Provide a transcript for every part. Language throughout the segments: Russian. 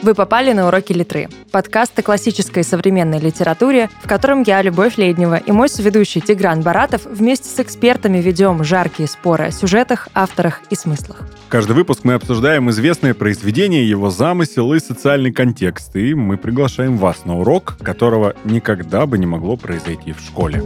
Вы попали на «Уроки литры» – подкаст о классической и современной литературе, в котором я, Любовь Леднева, и мой соведущий Тигран Баратов вместе с экспертами ведем жаркие споры о сюжетах, авторах и смыслах. Каждый выпуск мы обсуждаем известное произведение, его замысел и социальный контекст, и мы приглашаем вас на урок, которого никогда бы не могло произойти в школе.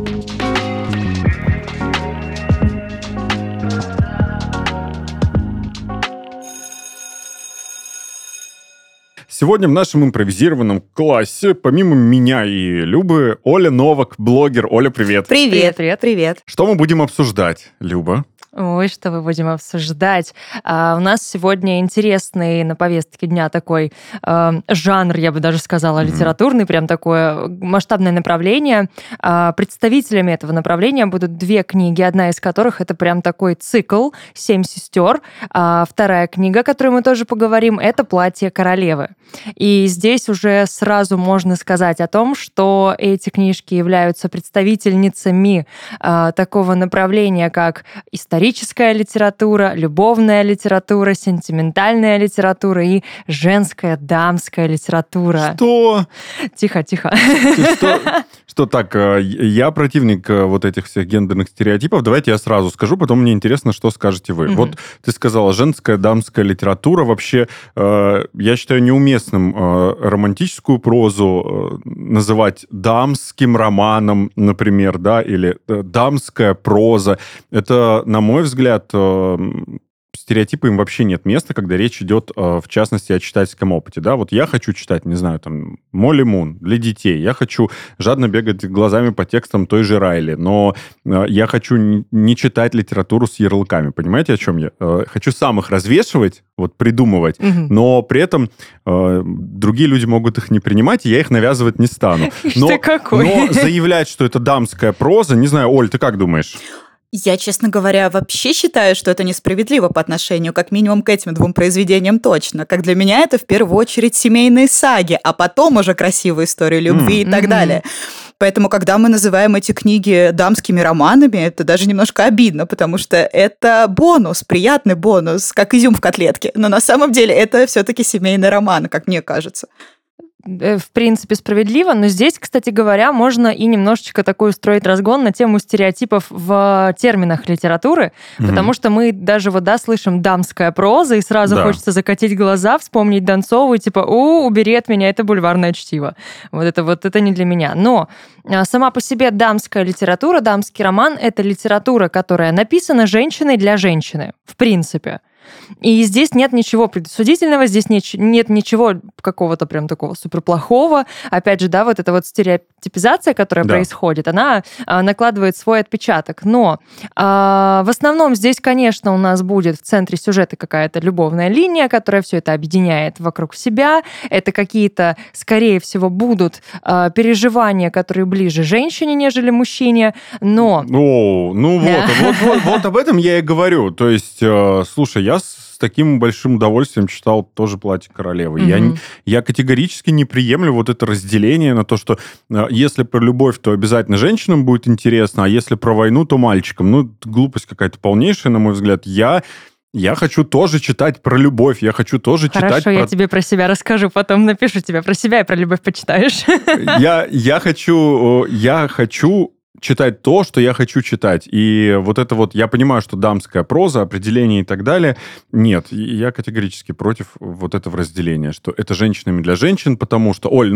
Сегодня в нашем импровизированном классе, помимо меня и Любы, Оля Новак, блогер. Оля, привет. Привет. Что мы будем обсуждать, Люба? Ой, что мы будем обсуждать. У нас сегодня интересный на повестке дня такой жанр, я бы даже сказала, литературный, прям такое масштабное направление. Представителями этого направления будут две книги, одна из которых это прям такой цикл «Семь сестер». Вторая книга, о которой мы тоже поговорим, это «Платье королевы». И здесь уже сразу можно сказать о том, что эти книжки являются представительницами такого направления, как историческая литература, любовная литература, сентиментальная литература и женская, дамская литература. Что? Тихо. Что так, я противник вот этих всех гендерных стереотипов. Давайте я сразу скажу, потом мне интересно, что скажете вы. Вот ты сказала, женская, дамская литература. Вообще, я считаю неуместным романтическую прозу называть дамским романом, например, да, или дамская проза. Это, на мой взгляд, стереотипы им вообще нет места, когда речь идет, в частности, о читательском опыте. Да? Вот я хочу читать, не знаю, там, Молли Мун для детей. Я хочу жадно бегать глазами по текстам той же Райли. Но я хочу не читать литературу с ярлыками. Понимаете, о чем я? Хочу сам их развешивать, вот придумывать, но при этом другие люди могут их не принимать, и я их навязывать не стану. Но заявлять, что это дамская проза, не знаю, Оль, ты как думаешь? Я, честно говоря, вообще считаю, что это несправедливо по отношению как минимум к этим двум произведениям точно. Как для меня это в первую очередь семейные саги, а потом уже красивые истории любви и так далее. Поэтому, когда мы называем эти книги дамскими романами, это даже немножко обидно, потому что это бонус, приятный бонус, как изюм в котлетке. Но на самом деле это все-таки семейный роман, как мне кажется. В принципе, справедливо, но здесь, кстати говоря, можно и немножечко такой устроить разгон на тему стереотипов в терминах литературы, потому что мы даже слышим дамская проза, и сразу хочется закатить глаза, вспомнить Донцову, и типа, убери от меня, это бульварное чтиво. Вот это не для меня. Но сама по себе дамская литература, дамский роман — это литература, которая написана женщиной для женщины, в принципе. И здесь нет ничего предосудительного, здесь нет ничего какого-то прям такого суперплохого. Опять же, вот эта вот стереотипизация, которая происходит, она накладывает свой отпечаток. Но в основном здесь, конечно, у нас будет в центре сюжета какая-то любовная линия, которая все это объединяет вокруг себя. Это какие-то, скорее всего, будут переживания, которые ближе женщине, нежели мужчине, но... Вот об этом я и говорю. То есть, слушай, я с таким большим удовольствием читал тоже «Платье королевы». Я категорически не приемлю вот это разделение на то, что если про любовь, то обязательно женщинам будет интересно, а если про войну, то мальчикам. Глупость какая-то полнейшая, на мой взгляд. Я хочу тоже читать про любовь, я хочу тоже читать... Хорошо, я тебе про себя расскажу, потом напишу тебе про себя и про любовь почитаешь. Я хочу читать то, что я хочу читать. И вот это вот, я понимаю, что дамская проза, определение и так далее, нет, я категорически против вот этого разделения, что это женщинами для женщин, потому что, Оль,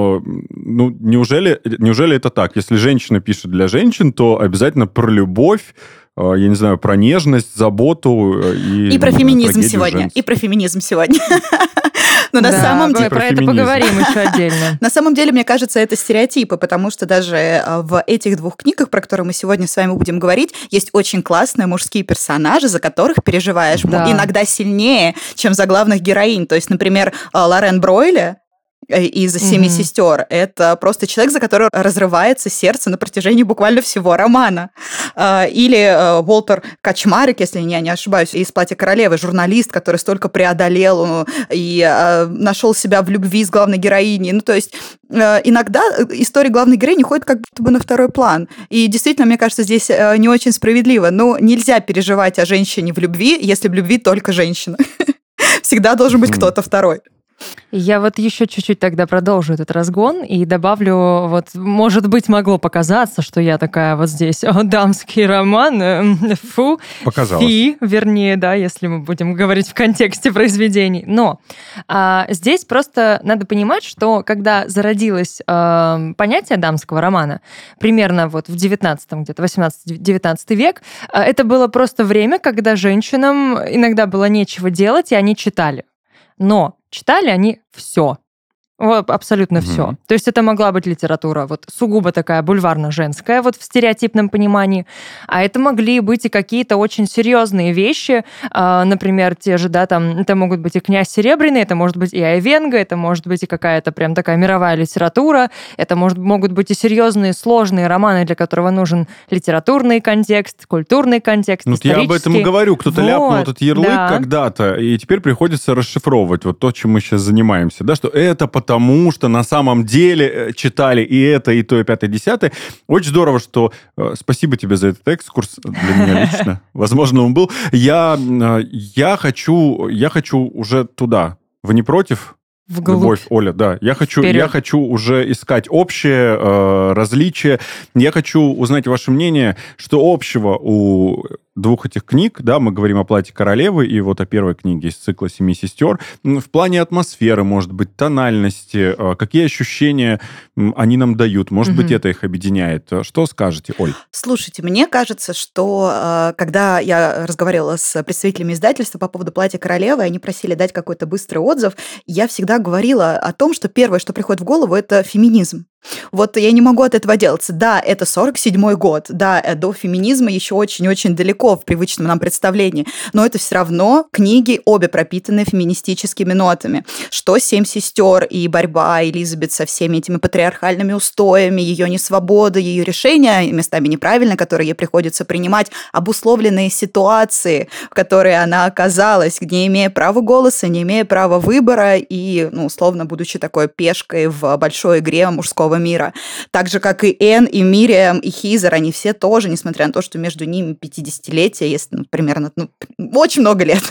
неужели это так? Если женщина пишет для женщин, то обязательно про любовь, я не знаю, про нежность, заботу и про феминизм сегодня. И про феминизм сегодня. Но на самом деле... Про это поговорим еще отдельно. На самом деле, мне кажется, это стереотипы, потому что даже в этих двух книгах, про которые мы сегодня с вами будем говорить, есть очень классные мужские персонажи, за которых переживаешь иногда сильнее, чем за главных героинь. То есть, например, Лорен Бройле из «Семи сестер». Это просто человек, за которого разрывается сердце на протяжении буквально всего романа. Или Уолтер Качмарик, если я не ошибаюсь, из «Платья королевы», журналист, который столько преодолел и нашел себя в любви с главной героиней. То есть иногда история главной героини ходит как будто бы на второй план. И действительно, мне кажется, здесь не очень справедливо. Нельзя переживать о женщине в любви, если в любви только женщина. Всегда должен быть кто-то второй. Я вот еще чуть-чуть тогда продолжу этот разгон и добавлю, вот, может быть, могло показаться, что я такая вот здесь, дамский роман, фу, Показалось. фи, вернее, да, если мы будем говорить в контексте произведений. Но здесь просто надо понимать, что когда зародилось понятие дамского романа, примерно вот в 19-м, где-то 18-19 век, это было просто время, когда женщинам иногда было нечего делать, и они читали. Но читали они все. Абсолютно все. То есть это могла быть литература вот сугубо такая бульварно-женская, вот в стереотипном понимании, а это могли быть и какие-то очень серьезные вещи, например, те же, да, там, это могут быть и «Князь Серебряный», это может быть и Айвенго, это может быть и какая-то прям такая мировая литература, это могут быть и серьезные, сложные романы, для которого нужен литературный контекст, культурный контекст, исторический. Я об этом и говорю, кто-то ляпнул этот ярлык когда-то, и теперь приходится расшифровывать вот то, чем мы сейчас занимаемся, да, что это потому что на самом деле читали и это, и то, и пятое, и десятое. Очень здорово, что... Спасибо тебе за этот экскурс для меня лично. Возможно, он был. Я хочу уже туда. Вы не против? Вглубь. Любовь, Оля, да. Я хочу уже искать общее, различие. Я хочу узнать ваше мнение, что общего у двух этих книг, да, мы говорим о «Платье королевы» и вот о первой книге из цикла «Семи сестер», в плане атмосферы, может быть, тональности, какие ощущения они нам дают, может быть, это их объединяет. Что скажете, Оль? Слушайте, мне кажется, что когда я разговаривала с представителями издательства по поводу «Платья королевы», они просили дать какой-то быстрый отзыв, я всегда говорила о том, что первое, что приходит в голову, это феминизм. Вот я не могу от этого отделаться. Да, это 47-й год, да, до феминизма еще очень-очень далеко в привычном нам представлении, но это все равно книги, обе пропитаны феминистическими нотами. Что «Семь сестер» и борьба Элизабет со всеми этими патриархальными устоями, ее несвобода, ее решения, местами неправильно, которые ей приходится принимать, обусловленные ситуации, в которой она оказалась, не имея права голоса, не имея права выбора и, условно, будучи такой пешкой в большой игре мужского мира. Так же, как и Энн, и Мириам, и Хизер, они все тоже, несмотря на то, что между ними 50-летие, есть примерно, очень много лет,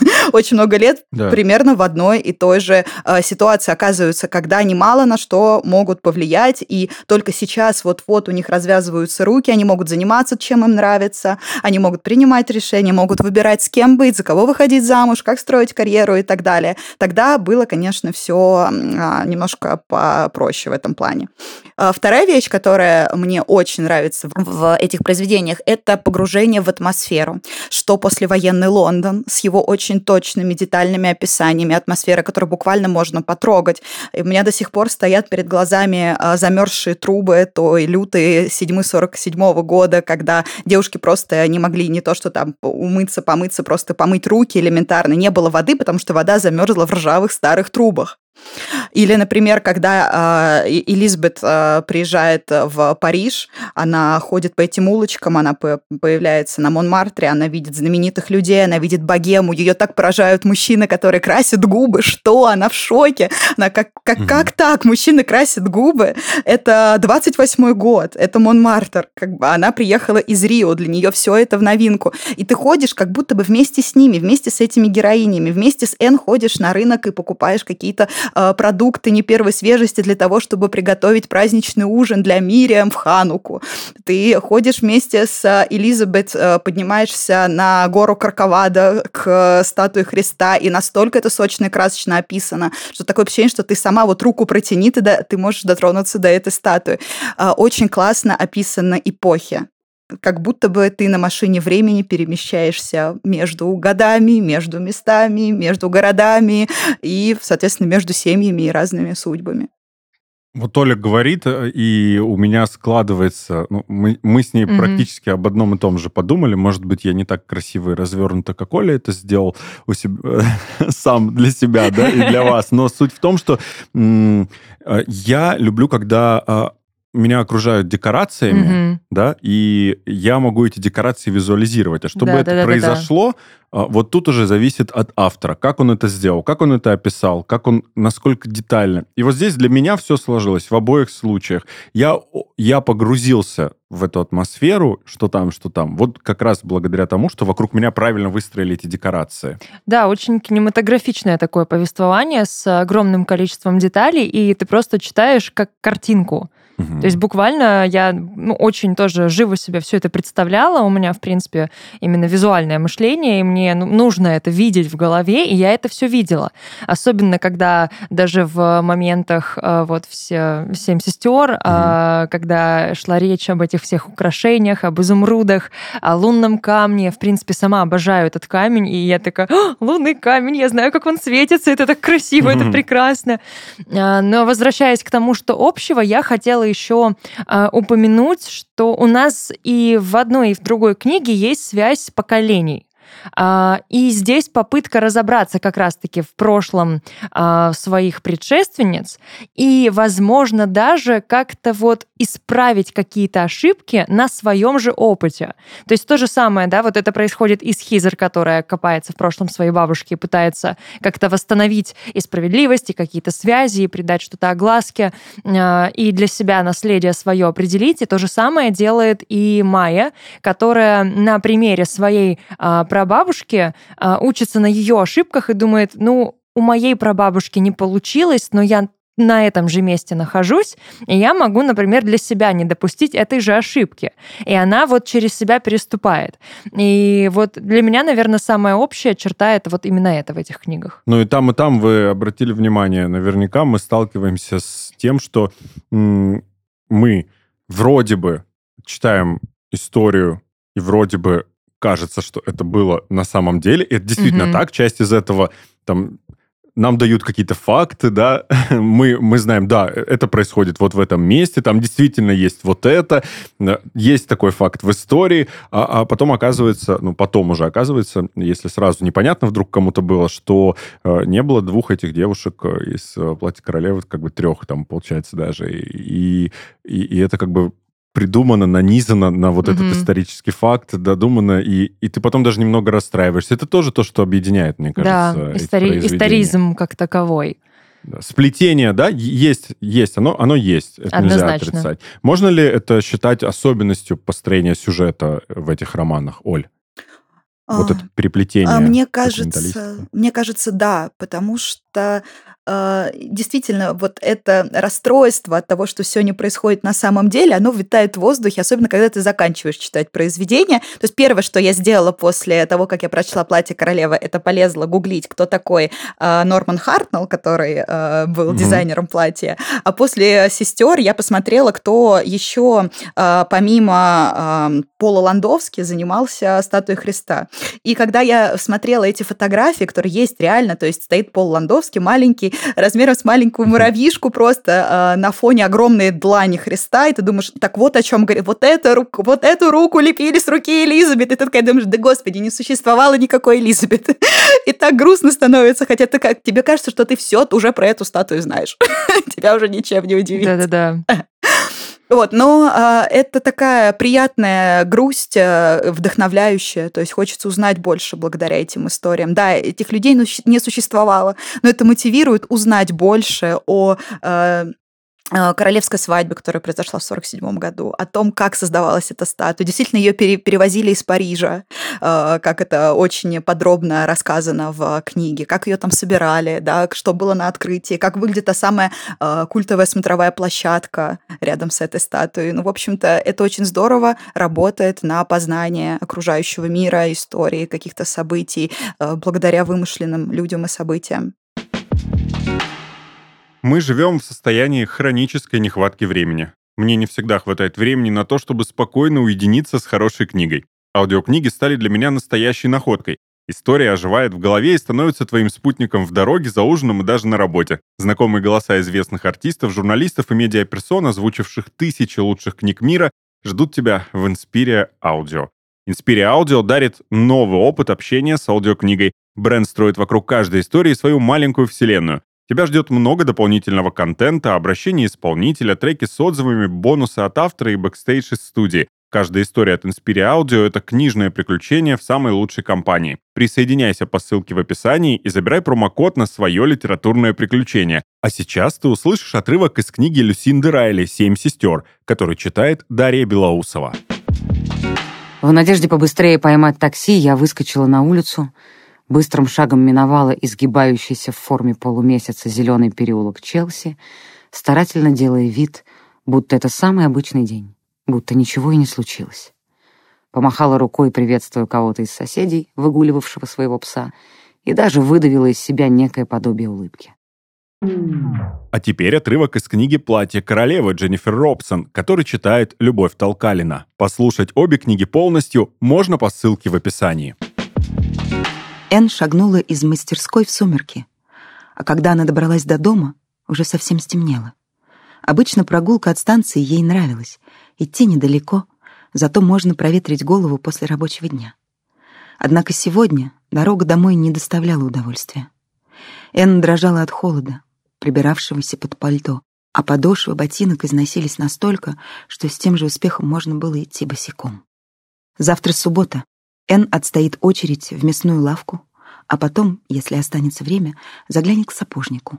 да. Примерно в одной и той же ситуации оказываются, когда они мало на что могут повлиять, и только сейчас вот-вот у них развязываются руки, они могут заниматься, чем им нравится, они могут принимать решения, могут выбирать, с кем быть, за кого выходить замуж, как строить карьеру и так далее. Тогда было, конечно, все немножко попроще в этом плане. Вторая вещь, которая мне очень нравится в этих произведениях, это погружение в атмосферу. Что послевоенный Лондон с его очень точными, детальными описаниями атмосферы, которую буквально можно потрогать. И у меня до сих пор стоят перед глазами замерзшие трубы той лютой 47-го года, когда девушки просто не могли не то что там умыться, помыться, просто помыть руки элементарно. Не было воды, потому что вода замерзла в ржавых старых трубах. Или, например, когда Элизабет приезжает в Париж, она ходит по этим улочкам, она появляется на Монмартре, она видит знаменитых людей, она видит богему, ее так поражают мужчины, которые красят губы, что она в шоке, она как так, мужчины красят губы, это 28-й год, это Монмартр, она приехала из Рио, для нее все это в новинку, и ты ходишь как будто бы вместе с ними, вместе с этими героинями, вместе с Энн ходишь на рынок и покупаешь какие-то продукты не первой свежести для того, чтобы приготовить праздничный ужин для Мириам в Хануку. Ты ходишь вместе с Элизабет, поднимаешься на гору Корковадо к статуе Христа, и настолько это сочно и красочно описано, что такое ощущение, что ты сама вот руку протяни, ты можешь дотронуться до этой статуи. Очень классно описаны эпохи. Как будто бы ты на машине времени перемещаешься между годами, между местами, между городами и, соответственно, между семьями и разными судьбами. Вот Оля говорит, и у меня складывается... мы с ней практически об одном и том же подумали. Может быть, я не так красиво и развернуто, как Оля это сделал у себя, сам для себя, да, и для вас. Но суть в том, что я люблю, когда меня окружают декорациями, да, и я могу эти декорации визуализировать. А чтобы это произошло, вот тут уже зависит от автора, как он это сделал, как он это описал, насколько детально. И вот здесь для меня все сложилось в обоих случаях. Я погрузился в эту атмосферу, что там. Вот как раз благодаря тому, что вокруг меня правильно выстроили эти декорации. Да, очень кинематографичное такое повествование с огромным количеством деталей, и ты просто читаешь как картинку. То есть буквально я очень тоже живо себе все это представляла. У меня, в принципе, именно визуальное мышление, и мне нужно это видеть в голове, и я это все видела. Особенно, когда даже в моментах вот «Семь сестер», когда шла речь об этих всех украшениях, об изумрудах, о лунном камне. В принципе, сама обожаю этот камень, и я такая: лунный камень, я знаю, как он светится, это так красиво, это прекрасно. Но возвращаясь к тому, что общего, я хотела еще упомянуть, что у нас и в одной, и в другой книге есть связь поколений. И здесь попытка разобраться как раз-таки в прошлом своих предшественниц и, возможно, даже как-то вот исправить какие-то ошибки на своем же опыте. То есть то же самое, да, вот это происходит и с Хизер, которая копается в прошлом своей бабушки и пытается как-то восстановить и справедливость, и какие-то связи, и придать что-то огласке, и для себя наследие свое определить. И то же самое делает и Майя, которая на примере своей прабабушки учится на ее ошибках и думает: у моей прабабушки не получилось, но я на этом же месте нахожусь, и я могу, например, для себя не допустить этой же ошибки. И она вот через себя переступает. И вот для меня, наверное, самая общая черта — это вот именно это в этих книгах. И там вы обратили внимание, наверняка мы сталкиваемся с тем, что мы вроде бы читаем историю, и вроде бы кажется, что это было на самом деле. И это действительно так. Часть из этого нам дают какие-то факты, да, мы знаем, да, это происходит вот в этом месте, там действительно есть вот это, есть такой факт в истории, а потом оказывается, если сразу непонятно вдруг кому-то было, что не было двух этих девушек из «Платья королевы», как бы трех там, получается, даже, и это как бы придумано, нанизано на вот этот исторический факт, додумано, и ты потом даже немного расстраиваешься. Это тоже то, что объединяет, мне кажется, эти произведения. Историзм как таковой. Сплетение, да, есть, оно есть, это однозначно нельзя отрицать. Можно ли это считать особенностью построения сюжета в этих романах, Оль? Вот это переплетение. Мне кажется, да, потому что действительно вот это расстройство от того, что все не происходит на самом деле, оно витает в воздухе, особенно когда ты заканчиваешь читать произведение. То есть первое, что я сделала после того, как я прочла «Платье королевы», это полезла гуглить, кто такой Норман Хартнелл, который был дизайнером платья. А после «Сестер» я посмотрела, кто еще помимо Пола Ландовски занимался статуей Христа. И когда я смотрела эти фотографии, которые есть реально, то есть стоит Пол Ландовски, маленький, размером с маленькую муравьишку, просто на фоне огромной длани Христа, и ты думаешь: так вот о чем говорит, вот эту руку лепили с руки Элизабет, и ты такая думаешь: да господи, не существовало никакой Элизабет. И так грустно становится, хотя тебе кажется, что ты все уже про эту статую знаешь. Тебя уже ничем не удивит. Да-да-да. Вот, но это такая приятная грусть, вдохновляющая, то есть хочется узнать больше благодаря этим историям. Да, этих людей не существовало, но это мотивирует узнать больше о королевской свадьбе, которая произошла в 1947 году, о том, как создавалась эта статуя. Действительно, ее перевозили из Парижа, как это очень подробно рассказано в книге, как ее там собирали, да, что было на открытии, как выглядит та самая культовая смотровая площадка рядом с этой статуей. В общем-то, это очень здорово работает на познание окружающего мира, истории, каких-то событий, благодаря вымышленным людям и событиям. Мы живем в состоянии хронической нехватки времени. Мне не всегда хватает времени на то, чтобы спокойно уединиться с хорошей книгой. Аудиокниги стали для меня настоящей находкой. История оживает в голове и становится твоим спутником в дороге, за ужином и даже на работе. Знакомые голоса известных артистов, журналистов и медиаперсон, озвучивших тысячи лучших книг мира, ждут тебя в Inspiria Audio. Inspiria Audio дарит новый опыт общения с аудиокнигой. Бренд строит вокруг каждой истории свою маленькую вселенную. Тебя ждет много дополнительного контента, обращения исполнителя, треки с отзывами, бонусы от автора и бэкстейдж из студии. Каждая история от Inspire Audio — это книжное приключение в самой лучшей компании. Присоединяйся по ссылке в описании и забирай промокод на свое литературное приключение. А сейчас ты услышишь отрывок из книги Люсинды Райли «7 сестер», который читает Дарья Белоусова. В надежде побыстрее поймать такси я выскочила на улицу, быстрым шагом миновала изгибающийся в форме полумесяца зеленый переулок Челси, старательно делая вид, будто это самый обычный день. Будто ничего и не случилось. Помахала рукой, приветствуя кого-то из соседей, выгуливавшего своего пса, и даже выдавила из себя некое подобие улыбки. А теперь отрывок из книги «Платье королевы» Дженнифер Робсон, который читает Любовь Толкалина. Послушать обе книги полностью можно по ссылке в описании. Энн шагнула из мастерской в сумерки, а когда она добралась до дома, уже совсем стемнело. Обычно прогулка от станции ей нравилась. Идти недалеко, зато можно проветрить голову после рабочего дня. Однако сегодня дорога домой не доставляла удовольствия. Энн дрожала от холода, прибиравшегося под пальто, а подошвы ботинок износились настолько, что с тем же успехом можно было идти босиком. Завтра суббота. Энн отстоит очередь в мясную лавку, а потом, если останется время, заглянет к сапожнику.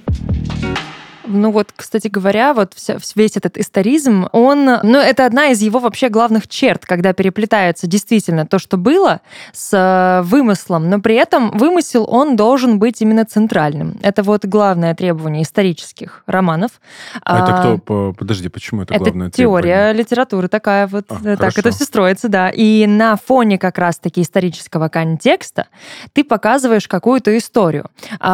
Ну вот, кстати говоря, вот весь этот историзм, это одна из его вообще главных черт, когда переплетается действительно то, что было, с вымыслом, но при этом вымысел, он должен быть именно центральным. Это вот главное требование исторических романов. Это кто? Подожди, почему это главное требование? Это теория литературы такая вот. Так хорошо. это все строится, да. И на фоне как раз-таки исторического контекста ты показываешь какую-то историю.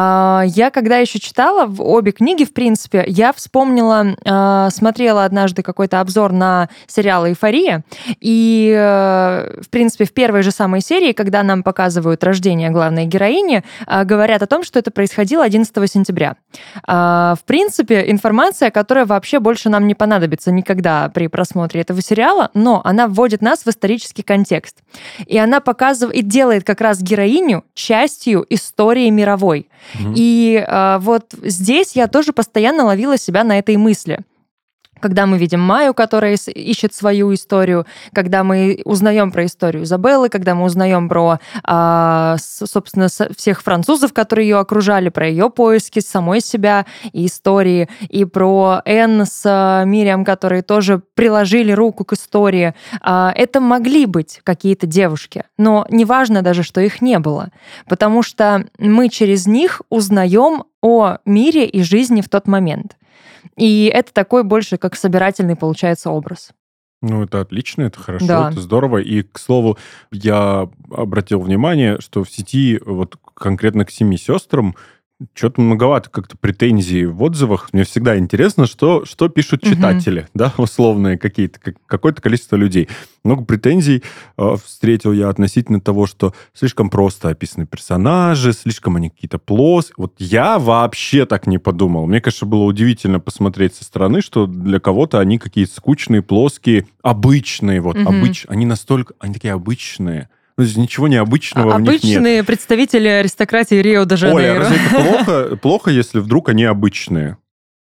Я когда еще читала обе книги, в принципе, я вспомнила, смотрела однажды какой-то обзор на сериал «Эйфория», и, в принципе, в первой же самой серии, когда нам показывают рождение главной героини, говорят о том, что это происходило 11 сентября. В принципе, информация, которая вообще больше нам не понадобится никогда при просмотре этого сериала, но она вводит нас в исторический контекст. И она показывает и делает как раз героиню частью истории мировой. И вот здесь я тоже постоянно ловила себя на этой мысли. Когда мы видим Майю, которая ищет свою историю, когда мы узнаем про историю Изабеллы, когда мы узнаем про, собственно, всех французов, которые ее окружали, про ее поиски самой себя и истории, и про Энн с Мириам, которые тоже приложили руку к истории. Это могли быть какие-то девушки, но неважно даже, что их не было, потому что мы через них узнаем о мире и жизни в тот момент. И это такой больше как собирательный, получается, образ. Ну, это отлично, это хорошо, да. Это здорово. И, к слову, я обратил внимание, что в сети вот конкретно к «Семи сестрам» что-то многовато как-то претензий в отзывах. Мне всегда интересно, что пишут читатели, да, условные какие-то, какое-то количество людей. Много претензий встретил я относительно того, что слишком просто описаны персонажи, слишком они какие-то плоские. Вот я вообще так не подумал. Мне, конечно, было удивительно посмотреть со стороны, что для кого-то они какие-то скучные, плоские, обычные. Вот, они такие обычные. Ну, здесь ничего необычного в них нет. Обычные представители аристократии Рио-де-Жанейро. Оля, разве это плохо, если вдруг они обычные?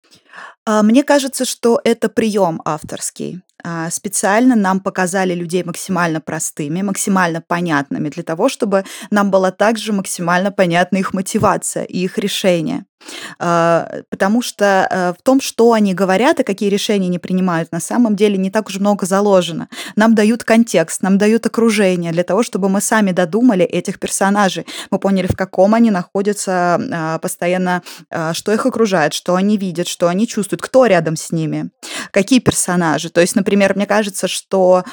Мне кажется, что это прием авторский. Специально нам показали людей максимально простыми, максимально понятными, для того, чтобы нам была также максимально понятна их мотивация и их решение. Потому что в том, что они говорят и какие решения они принимают, на самом деле не так уж много заложено. Нам дают контекст, нам дают окружение для того, чтобы мы сами додумали этих персонажей. Мы поняли, в каком они находятся постоянно, что их окружает, что они видят, что они чувствуют, кто рядом с ними, какие персонажи. То есть, например, мне кажется, что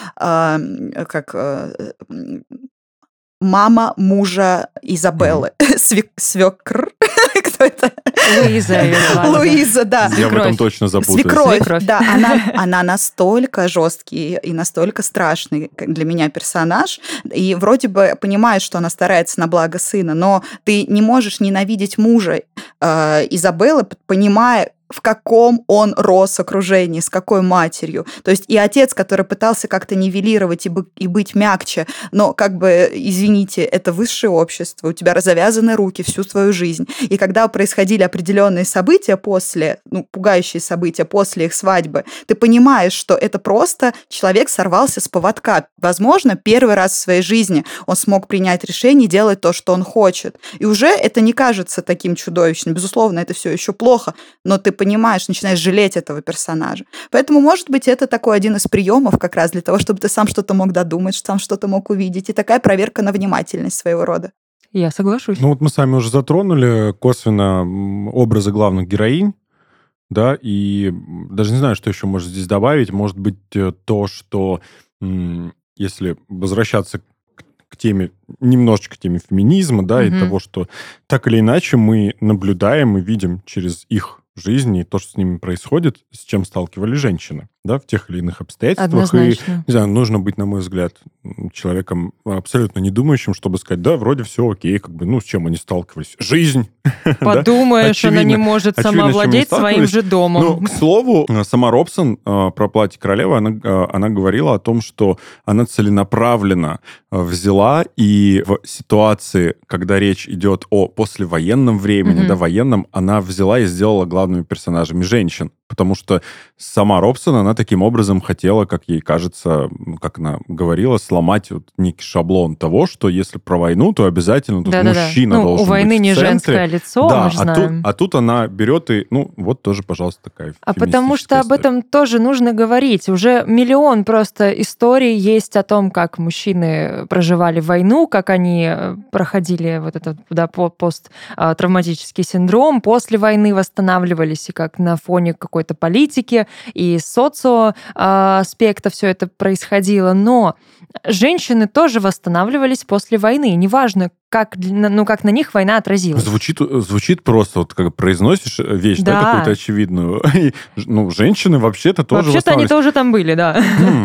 мама мужа Изабеллы, свекр, кто это? Луиза ее звали. Луиза, да. Я в этом точно запутаюсь. Свекровь, да. Она настолько жесткий и настолько страшный для меня персонаж, и вроде бы понимаешь, что она старается на благо сына, но ты не можешь ненавидеть мужа Изабеллы, понимая, в каком он рос окружении, с какой матерью. То есть и отец, который пытался как-то нивелировать и быть мягче, но извините, это высшее общество, у тебя завязаны руки всю твою жизнь. И когда происходили определенные события пугающие события после их свадьбы, ты понимаешь, что это просто человек сорвался с поводка. Возможно, первый раз в своей жизни он смог принять решение и делать то, что он хочет. И уже это не кажется таким чудовищным. Безусловно, это все еще плохо, но ты понимаешь, начинаешь жалеть этого персонажа. Поэтому, может быть, это такой один из приемов как раз для того, чтобы ты сам что-то мог додумать, сам что-то мог увидеть. И такая проверка на внимательность своего рода. Я соглашусь. Ну вот мы с вами уже затронули косвенно образы главных героинь, да, и даже не знаю, что еще можно здесь добавить. Может быть, то, что если возвращаться к теме, немножечко к теме феминизма, да, и того, что так или иначе мы наблюдаем и видим через их жизни и то, что с ними происходит, с чем сталкивались женщины, да, в тех или иных обстоятельствах. Однозначно. И, не знаю, нужно быть, на мой взгляд, человеком абсолютно не думающим, чтобы сказать, да, вроде все окей, с чем они сталкивались? Жизнь. Подумаешь, она не может сама владеть своим же домом. Ну, к слову, сама Робсон про «Платье королевы», она говорила о том, что она целенаправленно взяла и в ситуации, когда речь идет о послевоенном времени, да, военном, она взяла и сделала главными персонажами женщин. Потому что сама Робсон, она таким образом хотела, как ей кажется, как она говорила, сломать некий шаблон того, что если про войну, то обязательно тут мужчина должен быть в центре. У войны не женское лицо, да, мы же знаем. А тут она берет и, вот тоже, пожалуйста, такая А потому что об этом тоже нужно говорить. Уже миллион просто историй есть о том, как мужчины проживали войну, как они проходили посттравматический синдром, после войны восстанавливались, и как на фоне какой-то политики и социоаспекта все это происходило. Но женщины тоже восстанавливались после войны. Неважно, как на них война отразилась. Звучит просто, как произносишь вещь, да, какую-то очевидную. Женщины вообще-то тоже Вообще-то они тоже там были, да.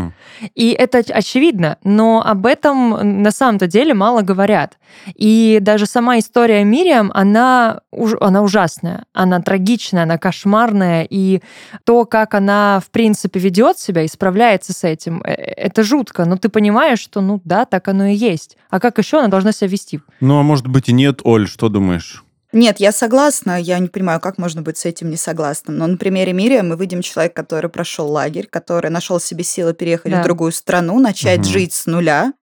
И это очевидно, но об этом на самом-то деле мало говорят. И даже сама история Мириам, она ужасная, она трагичная, она кошмарная, и то, как она, в принципе, ведет себя и справляется с этим, это жутко. Но ты понимаешь, что, так оно и есть. А как еще она должна себя вести? Ну, а может быть и нет, Оль, что думаешь? Нет, я согласна. Я не понимаю, как можно быть с этим не согласным. Но на примере Мириам мы видим человека, который прошел лагерь, который нашел в себе силы переехать в другую страну, начать жить с нуля,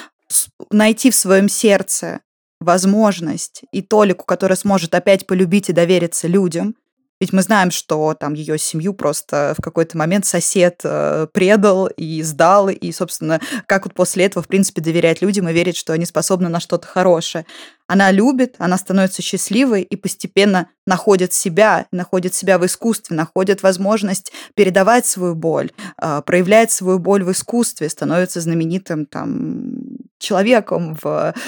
найти в своем сердце возможность и толику, которая сможет опять полюбить и довериться людям. Ведь мы знаем, что там ее семью просто в какой-то момент сосед предал и сдал, и, собственно, как после этого, в принципе, доверять людям и верить, что они способны на что-то хорошее. Она любит, она становится счастливой и постепенно находит себя в искусстве, находит возможность передавать свою боль, проявляет свою боль в искусстве, становится знаменитым человеком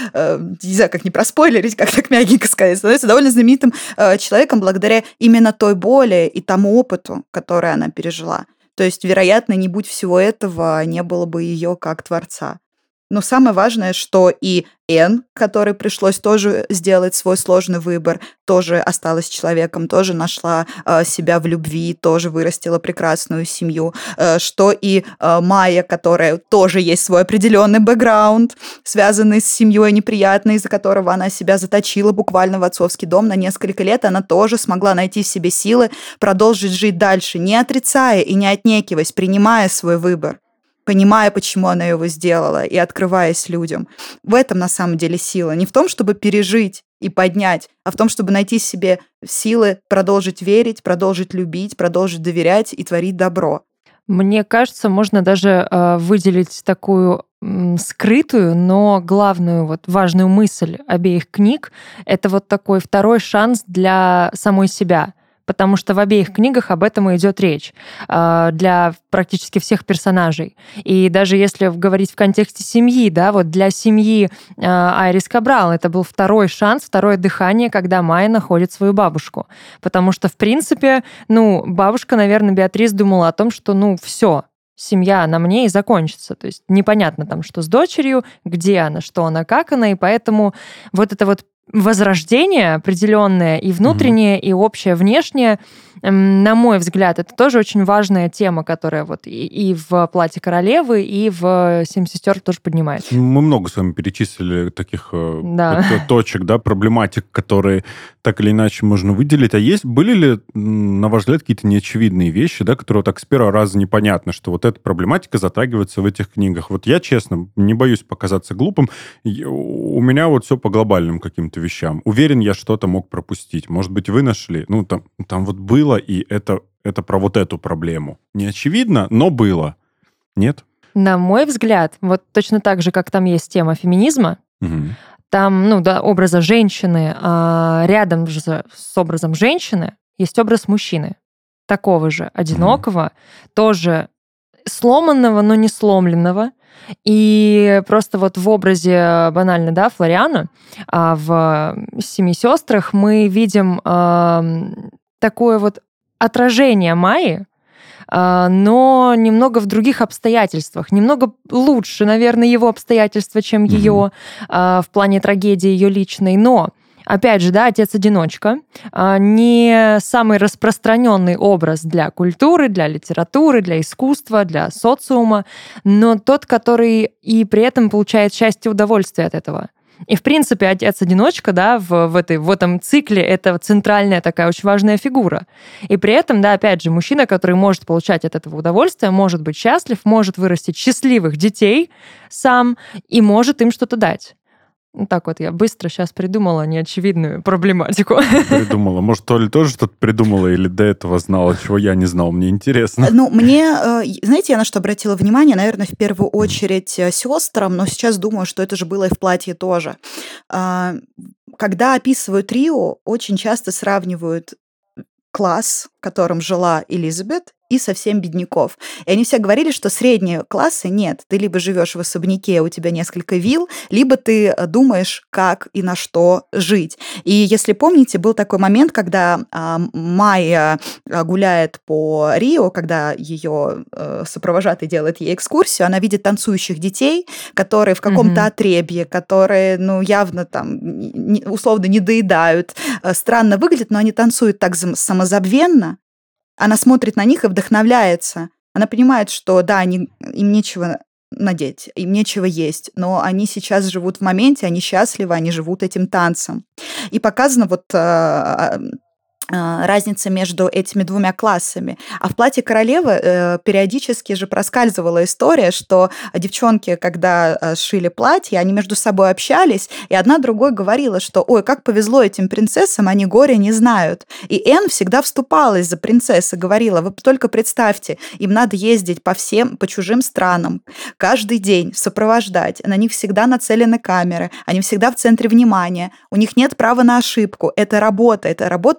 не знаю, как не проспойлерить, как так мягенько сказать, становится довольно знаменитым человеком благодаря именно той боли и тому опыту, который она пережила. То есть, вероятно, не будь всего этого, не было бы ее как творца. Но самое важное, что и Энн, которой пришлось тоже сделать свой сложный выбор, тоже осталась человеком, тоже нашла себя в любви, тоже вырастила прекрасную семью, что и Майя, которая тоже есть свой определенный бэкграунд, связанный с семьей неприятной, из-за которого она себя заточила буквально в отцовский дом на несколько лет, она тоже смогла найти в себе силы продолжить жить дальше, не отрицая и не отнекиваясь, принимая свой выбор, понимая, почему она его сделала, и открываясь людям. В этом на самом деле сила. Не в том, чтобы пережить и поднять, а в том, чтобы найти в себе силы продолжить верить, продолжить любить, продолжить доверять и творить добро. Мне кажется, можно даже выделить такую скрытую, но главную важную мысль обеих книг. Это такой второй шанс для самой себя. Потому что в обеих книгах об этом и идет речь для практически всех персонажей. И даже если говорить в контексте семьи, для семьи Айрис Кабрал это был второй шанс, второе дыхание, когда Майя находит свою бабушку. Потому что, в принципе, бабушка, наверное, Беатрис думала о том, что, все, семья на мне и закончится. То есть непонятно что с дочерью, где она, что она, как она, и поэтому это возрождение определенное и внутреннее, и общее внешнее. На мой взгляд, это тоже очень важная тема, которая вот и в «Платье королевы», и в «Семь сестер» тоже поднимается. Мы много с вами перечислили таких точек, да, проблематик, которые так или иначе можно выделить. А были ли, на ваш взгляд, какие-то неочевидные вещи, да, которые так с первого раза непонятно, что вот эта проблематика затрагивается в этих книгах? Вот я, честно, не боюсь показаться глупым, у меня вот все по глобальным каким-то вещам. Уверен, я что-то мог пропустить. Может быть, вы нашли? Ну, там вот было, и это про вот эту проблему. Не очевидно, но было. Нет? На мой взгляд, вот точно так же, как там есть тема феминизма, там, образа женщины, а рядом же с образом женщины есть образ мужчины. Такого же, одинокого, тоже сломанного, но не сломленного. И просто вот в образе, банально, да, Флориана, в «Семи сестрах» мы видим такое вот отражение Майи, но немного в других обстоятельствах. Немного лучше, наверное, его обстоятельства, чем ее в плане трагедии ее личной. Но, опять же, да, отец-одиночка не самый распространенный образ для культуры, для литературы, для искусства, для социума, но тот, который и при этом получает счастье и удовольствие от этого. И, в принципе, отец-одиночка, да, в этом цикле это центральная такая очень важная фигура. И при этом, да, опять же, мужчина, который может получать от этого удовольствие, может быть счастлив, может вырастить счастливых детей сам и может им что-то дать. Так вот, я быстро сейчас придумала неочевидную проблематику. Придумала. Может, Оля тоже что-то придумала или до этого знала, чего я не знал? Мне интересно. Мне, знаете, я на что обратила внимание? Наверное, в первую очередь сестрам, но сейчас думаю, что это же было и в «Платье» тоже. Когда описывают Рио, очень часто сравнивают класс, в котором жила Элизабет, и совсем бедняков. И они все говорили, что средние классы нет. Ты либо живешь в особняке, у тебя несколько вилл, либо ты думаешь, как и на что жить. И если помните, был такой момент, когда Майя гуляет по Рио, когда ее сопровожатый делает ей экскурсию, она видит танцующих детей, которые в каком-то отребье, которые, явно там условно не доедают, странно выглядят, но они танцуют так самозабвенно. Она смотрит на них и вдохновляется. Она понимает, что да, им нечего надеть, им нечего есть, но они сейчас живут в моменте, они счастливы, они живут этим танцем. И показано вот разница между этими двумя классами. А в «Платье королевы» периодически же проскальзывала история, что девчонки, когда шили платье, они между собой общались, и одна другой говорила, что «Ой, как повезло этим принцессам, они горя не знают». И Энн всегда вступалась за принцесс и говорила: вы только представьте, им надо ездить по чужим странам, каждый день сопровождать, на них всегда нацелены камеры, они всегда в центре внимания, у них нет права на ошибку, это работа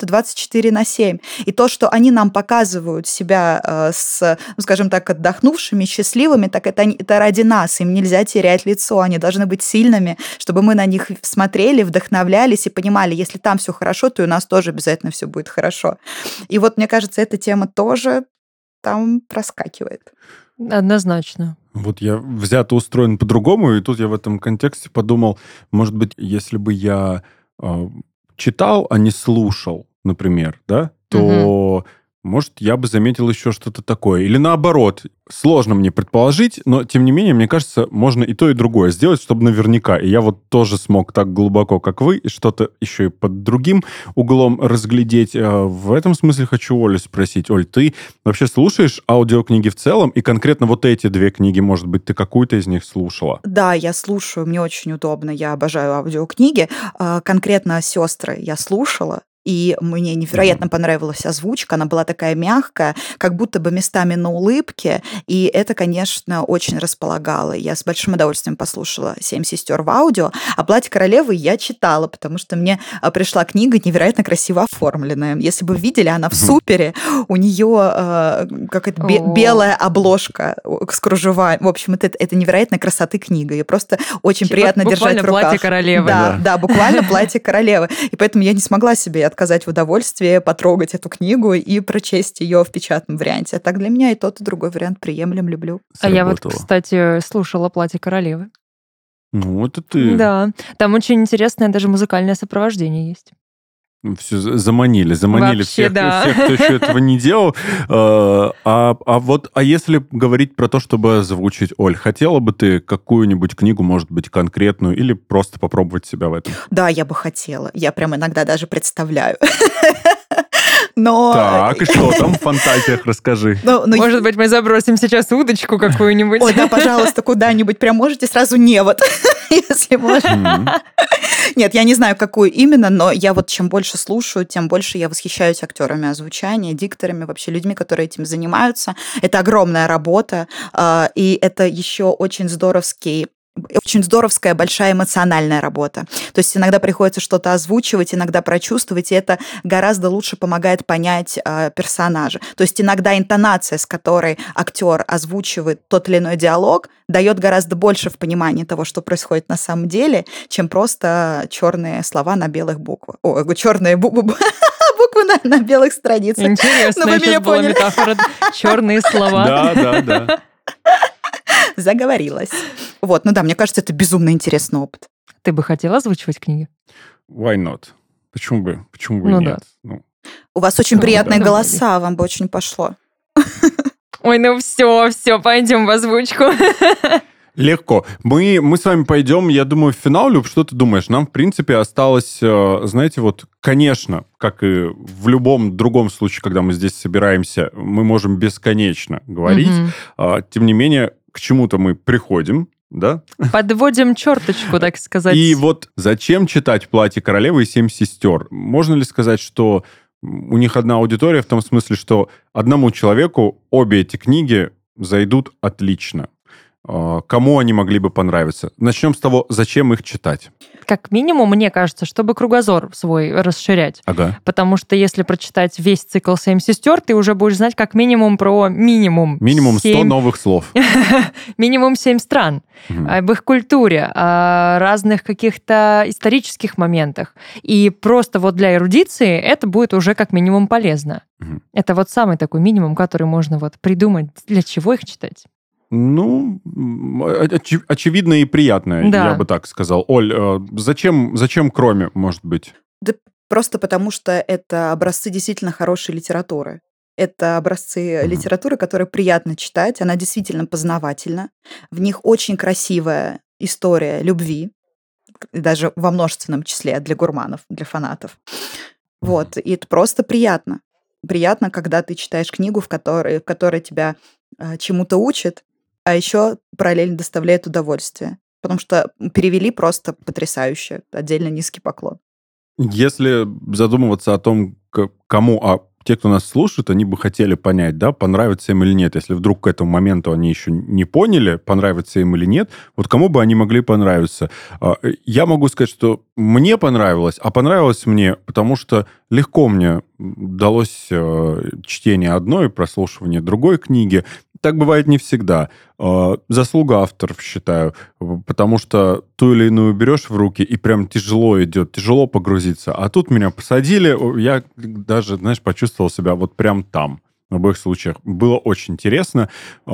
24/7. И то, что они нам показывают себя скажем так, отдохнувшими, счастливыми, так это ради нас. Им нельзя терять лицо, они должны быть сильными, чтобы мы на них смотрели, вдохновлялись и понимали, если там все хорошо, то и у нас тоже обязательно все будет хорошо. И вот, мне кажется, эта тема тоже там проскакивает. Однозначно. Вот я взято устроен по-другому, и тут я в этом контексте подумал, может быть, если бы я читал, а не слушал, например, да, то, может, я бы заметил еще что-то такое. Или наоборот, сложно мне предположить, но, тем не менее, мне кажется, можно и то, и другое сделать, чтобы наверняка. И я вот тоже смог так глубоко, как вы, и что-то еще и под другим углом разглядеть. В этом смысле хочу Олю спросить. Оль, ты вообще слушаешь аудиокниги в целом? И конкретно вот эти две книги, может быть, ты какую-то из них слушала? Да, я слушаю, мне очень удобно, я обожаю аудиокниги. Конкретно «Сестры» я слушала. И мне невероятно понравилась озвучка. Она была такая мягкая, как будто бы местами на улыбке. И это, конечно, очень располагало. Я с большим удовольствием послушала «Семь сестер» в аудио. А «Платье королевы» я читала, потому что мне пришла книга невероятно красиво оформленная. Если бы вы видели, она в супере. У нее какая-то белая обложка с кружевами. В общем, это невероятной красоты книга. И просто очень приятно держать в руках. «Платье королевы». Да, буквально «Платье королевы». И поэтому я не смогла себе отказать в удовольствии потрогать эту книгу и прочесть ее в печатном варианте. А так для меня и тот, и другой вариант приемлем, люблю. А я вот, кстати, слушала «Платье королевы». Ну, это ты. Да, там очень интересное даже музыкальное сопровождение есть. Все заманили Вообще, всех, да. всех, кто еще этого не делал. А если говорить про то, чтобы озвучить, Оль, хотела бы ты какую-нибудь книгу, может быть, конкретную, или просто попробовать себя в этом? Да, я бы хотела. Я прям иногда даже представляю. Но... Так, и что там в фантазиях, расскажи. Может быть, мы забросим сейчас удочку какую-нибудь? Ой, да, пожалуйста, куда-нибудь. Прям можете сразу невод, если можно. Нет, я не знаю, какую именно, но я вот чем больше слушаю, тем больше я восхищаюсь актерами озвучания, дикторами, вообще людьми, которые этим занимаются. Это огромная работа, и это еще очень здоровская, большая эмоциональная работа. То есть иногда приходится что-то озвучивать, иногда прочувствовать, и это гораздо лучше помогает понять персонажа. То есть иногда интонация, с которой актер озвучивает тот или иной диалог, дает гораздо больше в понимании того, что происходит на самом деле, чем просто черные слова на белых буквах. О, черные буквы на белых страницах. Интересная сейчас была метафора. Черные слова. Да. Заговорилась. Вот, ну да, мне кажется, это безумно интересный опыт. Ты бы хотела озвучивать книги? Why not? Почему бы нет? Да. У вас очень приятные голоса, вам бы очень пошло. Ой, ну все, пойдем в озвучку. Легко. Мы с вами пойдем, я думаю, в финал. Люб, что ты думаешь? Нам, в принципе, осталось, знаете, вот, конечно, как и в любом другом случае, когда мы здесь собираемся, мы можем бесконечно говорить. Тем не менее, к чему-то мы приходим, да? Подводим черточку, так сказать. И вот зачем читать «Платье королевы» и «Семь сестер»? Можно ли сказать, что у них одна аудитория в том смысле, что одному человеку обе эти книги зайдут отлично? Кому они могли бы понравиться? Начнем с того, зачем их читать. Как минимум, мне кажется, чтобы кругозор свой расширять. Ага. Потому что если прочитать весь цикл «Семь сестер», ты уже будешь знать как минимум про минимум 100 новых слов. Минимум 7 стран. Об их культуре, о разных каких-то исторических моментах. И просто вот для эрудиции это будет уже как минимум полезно. Это вот самый такой минимум, который можно вот придумать, для чего их читать. Ну, очевидно и приятное, да. Я бы так сказал. Оль, зачем кроме, может быть? Да просто потому, что это образцы действительно хорошей литературы. Это образцы литературы, которые приятно читать, она действительно познавательна. В них очень красивая история любви, даже во множественном числе для гурманов, для фанатов. Вот, и это просто приятно. Приятно, когда ты читаешь книгу, в которой тебя чему-то учат, а еще параллельно доставляет удовольствие. Потому что перевели просто потрясающе. Отдельно низкий поклон. Если задумываться о том, кому, те, кто нас слушает, они бы хотели понять, да, понравится им или нет. Если вдруг к этому моменту они еще не поняли, понравится им или нет, вот кому бы они могли понравиться? Я могу сказать, что мне понравилось, а понравилось мне, потому что легко мне далось чтение одной, прослушивание другой книги. Так бывает не всегда. Заслуга авторов, считаю, потому что ту или иную берешь в руки, и прям тяжело идет, тяжело погрузиться. А тут меня посадили, я даже, знаешь, почувствовал себя вот прям там. В обоих случаях было очень интересно.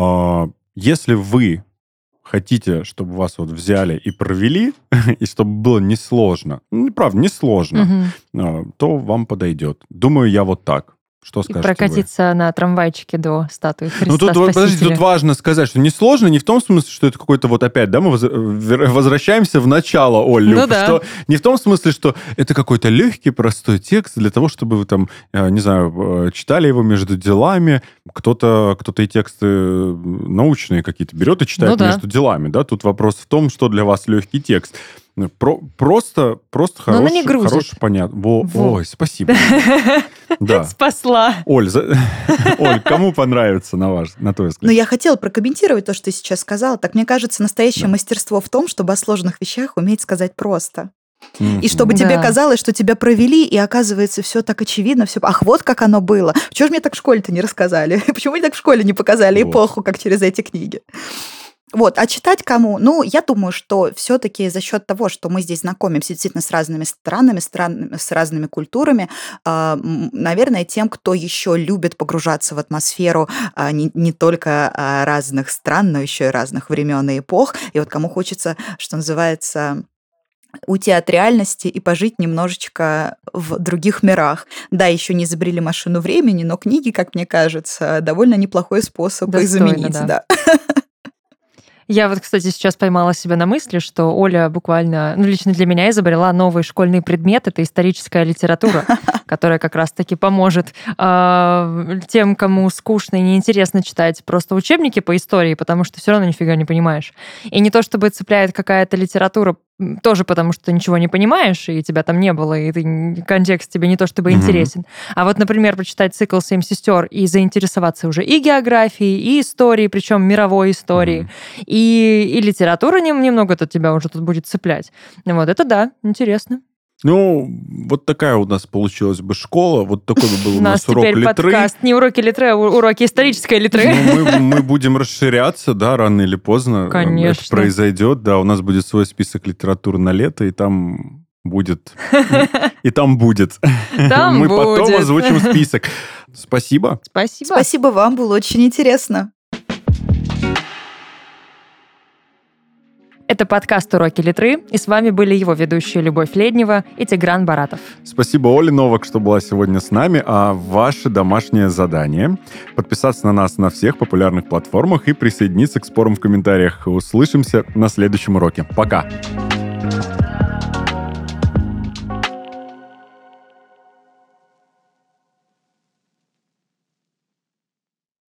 Если вы хотите, чтобы вас вот взяли и провели, и чтобы было несложно, правда, несложно, то вам подойдет. Думаю, я вот так. Что скажете и прокатиться вы? На трамвайчике до статуи Христа Ну, тут, Спасителя. подождите, тут важно сказать, что несложно не в том смысле, что это какой-то вот опять, да, мы возвращаемся в начало, Оль, ну, да. Что не в том смысле, что это какой-то легкий, простой текст для того, чтобы вы там, не знаю, читали его между делами. Кто-то и тексты научные какие-то берет и читает между делами, да. Тут вопрос в том, что для вас легкий текст. Просто хороший, понятно. Ой, спасибо. Да. Спасла. Оль, кому понравится, на твой взгляд? Но я хотела прокомментировать то, что ты сейчас сказала. Так мне кажется, настоящее мастерство в том, чтобы о сложных вещах уметь сказать просто. И чтобы тебе казалось, что тебя провели, и оказывается, все так очевидно, все. Ах, вот как оно было. Почему же мне так в школе-то не рассказали? Почему мне так в школе не показали эпоху, как через эти книги? Вот, а читать кому? Ну, я думаю, что все-таки за счет того, что мы здесь знакомимся действительно с разными странами, с разными культурами, наверное, тем, кто еще любит погружаться в атмосферу не только разных стран, но еще и разных времен и эпох, и вот кому хочется, что называется, уйти от реальности и пожить немножечко в других мирах. Да, еще не изобрели машину времени, но книги, как мне кажется, довольно неплохой способ достойно, их заменить. Да. Я вот, кстати, сейчас поймала себя на мысли, что Оля буквально, лично для меня изобрела новый школьный предмет. Это историческая литература, которая как раз-таки поможет тем, кому скучно и неинтересно читать просто учебники по истории, потому что все равно нифига не понимаешь. И не то, чтобы цепляет какая-то литература, тоже потому что ты ничего не понимаешь, и тебя там не было, и контекст тебе не то чтобы интересен. А вот, например, прочитать цикл «Семь сестер» и заинтересоваться уже и географией, и историей, причем мировой историей, и литература немного тут тебя уже тут будет цеплять. Вот это да, интересно. Ну, вот такая у нас получилась бы школа, вот такой бы был у нас урок литры. У нас теперь подкаст не уроки литры, а уроки исторической литры. Ну, мы будем расширяться, да, рано или поздно. Конечно. Это произойдет, да, у нас будет свой список литературы на лето, и там будет. И там будет. Мы потом озвучим список. Спасибо. Спасибо. Спасибо вам, было очень интересно. Это подкаст «Уроки литры», и с вами были его ведущие Любовь Леднева и Тигран Баратов. Спасибо Оле Новак, что была сегодня с нами. А ваше домашнее задание — подписаться на нас на всех популярных платформах и присоединиться к спорам в комментариях. Услышимся на следующем уроке. Пока!